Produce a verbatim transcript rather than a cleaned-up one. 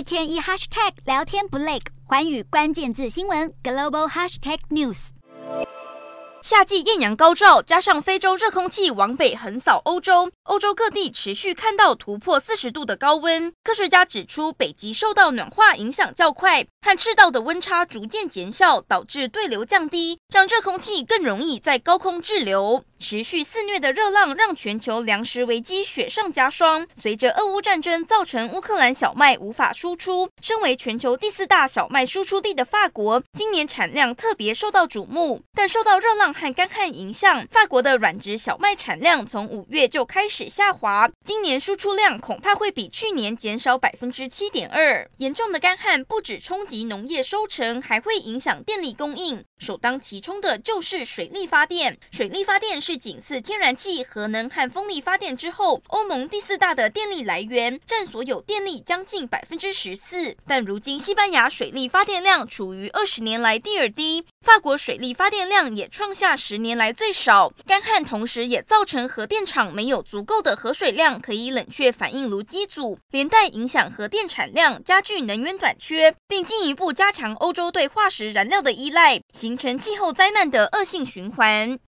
天一 hashtag 聊天不累，寰宇关键字新闻 global hashtag news。 夏季艳阳高照，加上非洲热空气往北横扫欧洲，欧洲各地持续看到突破四十度的高温。科学家指出，北极受到暖化影响较快，和赤道的温差逐渐减小，导致对流降低，让热空气更容易在高空滞留。持续肆虐的热浪让全球粮食危机雪上加霜。随着俄乌战争造成乌克兰小麦无法输出，身为全球第四大小麦输出地的法国，今年产量特别受到瞩目。但受到热浪和干旱影响，法国的软质小麦产量从五月就开始下滑，今年输出量恐怕会比去年减少百分之七点二。严重的干旱不止冲击农业收成，还会影响电力供应。首当其冲的就是水力发电。水力发电是仅次天然气、核能和风力发电之后，欧盟第四大的电力来源，占所有电力将近百分之十四。但如今西班牙水力发电量处于二十年来第二低，法国水力发电量也创下十年来最少。干旱同时也造成核电厂没有足够的核水量可以冷却反应炉机组，连带影响核电产量，加剧能源短缺，并进一步加强欧洲对化石燃料的依赖，形成气候灾难的恶性循环。